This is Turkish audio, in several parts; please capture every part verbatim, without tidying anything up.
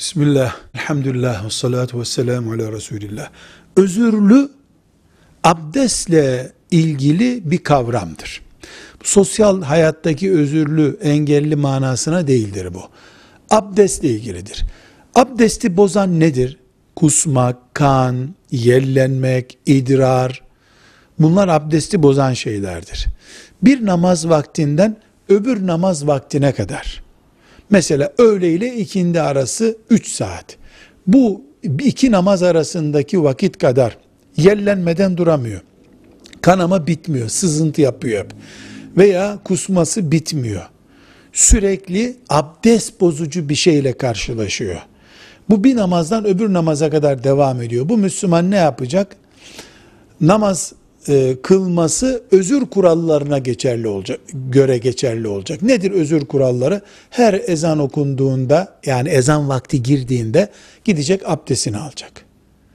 Bismillah, elhamdülillah, ve salatu ve selamu ala Resulillah. Özürlü, abdestle ilgili bir kavramdır. Sosyal hayattaki özürlü, engelli manasına değildir bu. Abdestle ilgilidir. Abdesti bozan nedir? Kusmak, kan, yellenmek, idrar, bunlar abdesti bozan şeylerdir. Bir namaz vaktinden öbür namaz vaktine kadar, mesela öğle ile ikindi arası üç saat. Bu iki namaz arasındaki vakit kadar yellenmeden duramıyor. Kanama bitmiyor, sızıntı yapıyor hep. Veya kusması bitmiyor. Sürekli abdest bozucu bir şeyle karşılaşıyor. Bu bir namazdan öbür namaza kadar devam ediyor. Bu Müslüman ne yapacak? Namaz e, kılması özür kurallarına geçerli olacak, göre geçerli olacak. Nedir özür kuralları? Her ezan okunduğunda, yani ezan vakti girdiğinde gidecek abdestini alacak.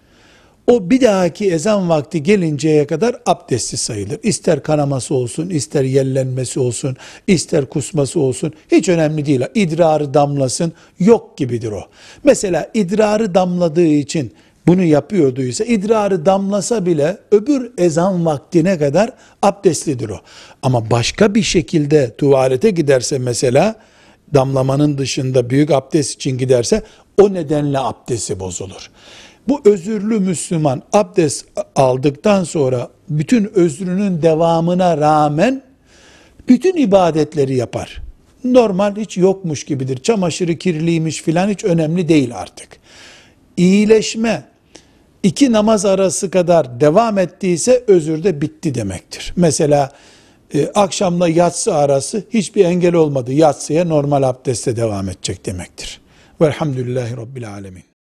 O bir dahaki ezan vakti gelinceye kadar abdestsiz sayılır. İster kanaması olsun, ister yellenmesi olsun, ister kusması olsun, hiç önemli değil. İdrarı damlasın, yok gibidir o. Mesela idrarı damladığı için bunu yapıyorduysa, idrarı damlasa bile öbür ezan vaktine kadar abdestlidir o. Ama başka bir şekilde tuvalete giderse mesela, damlamanın dışında büyük abdest için giderse, o nedenle abdesti bozulur. Bu özürlü Müslüman abdest aldıktan sonra bütün özrünün devamına rağmen bütün ibadetleri yapar. Normal, hiç yokmuş gibidir. Çamaşırı kirliymiş filan, hiç önemli değil artık. İyileşme iki namaz arası kadar devam ettiyse özür de bitti demektir. Mesela e, akşamla yatsı arası hiçbir engel olmadı. Yatsıya normal abdestle devam edecek demektir. Velhamdülillahi Rabbil Alemin.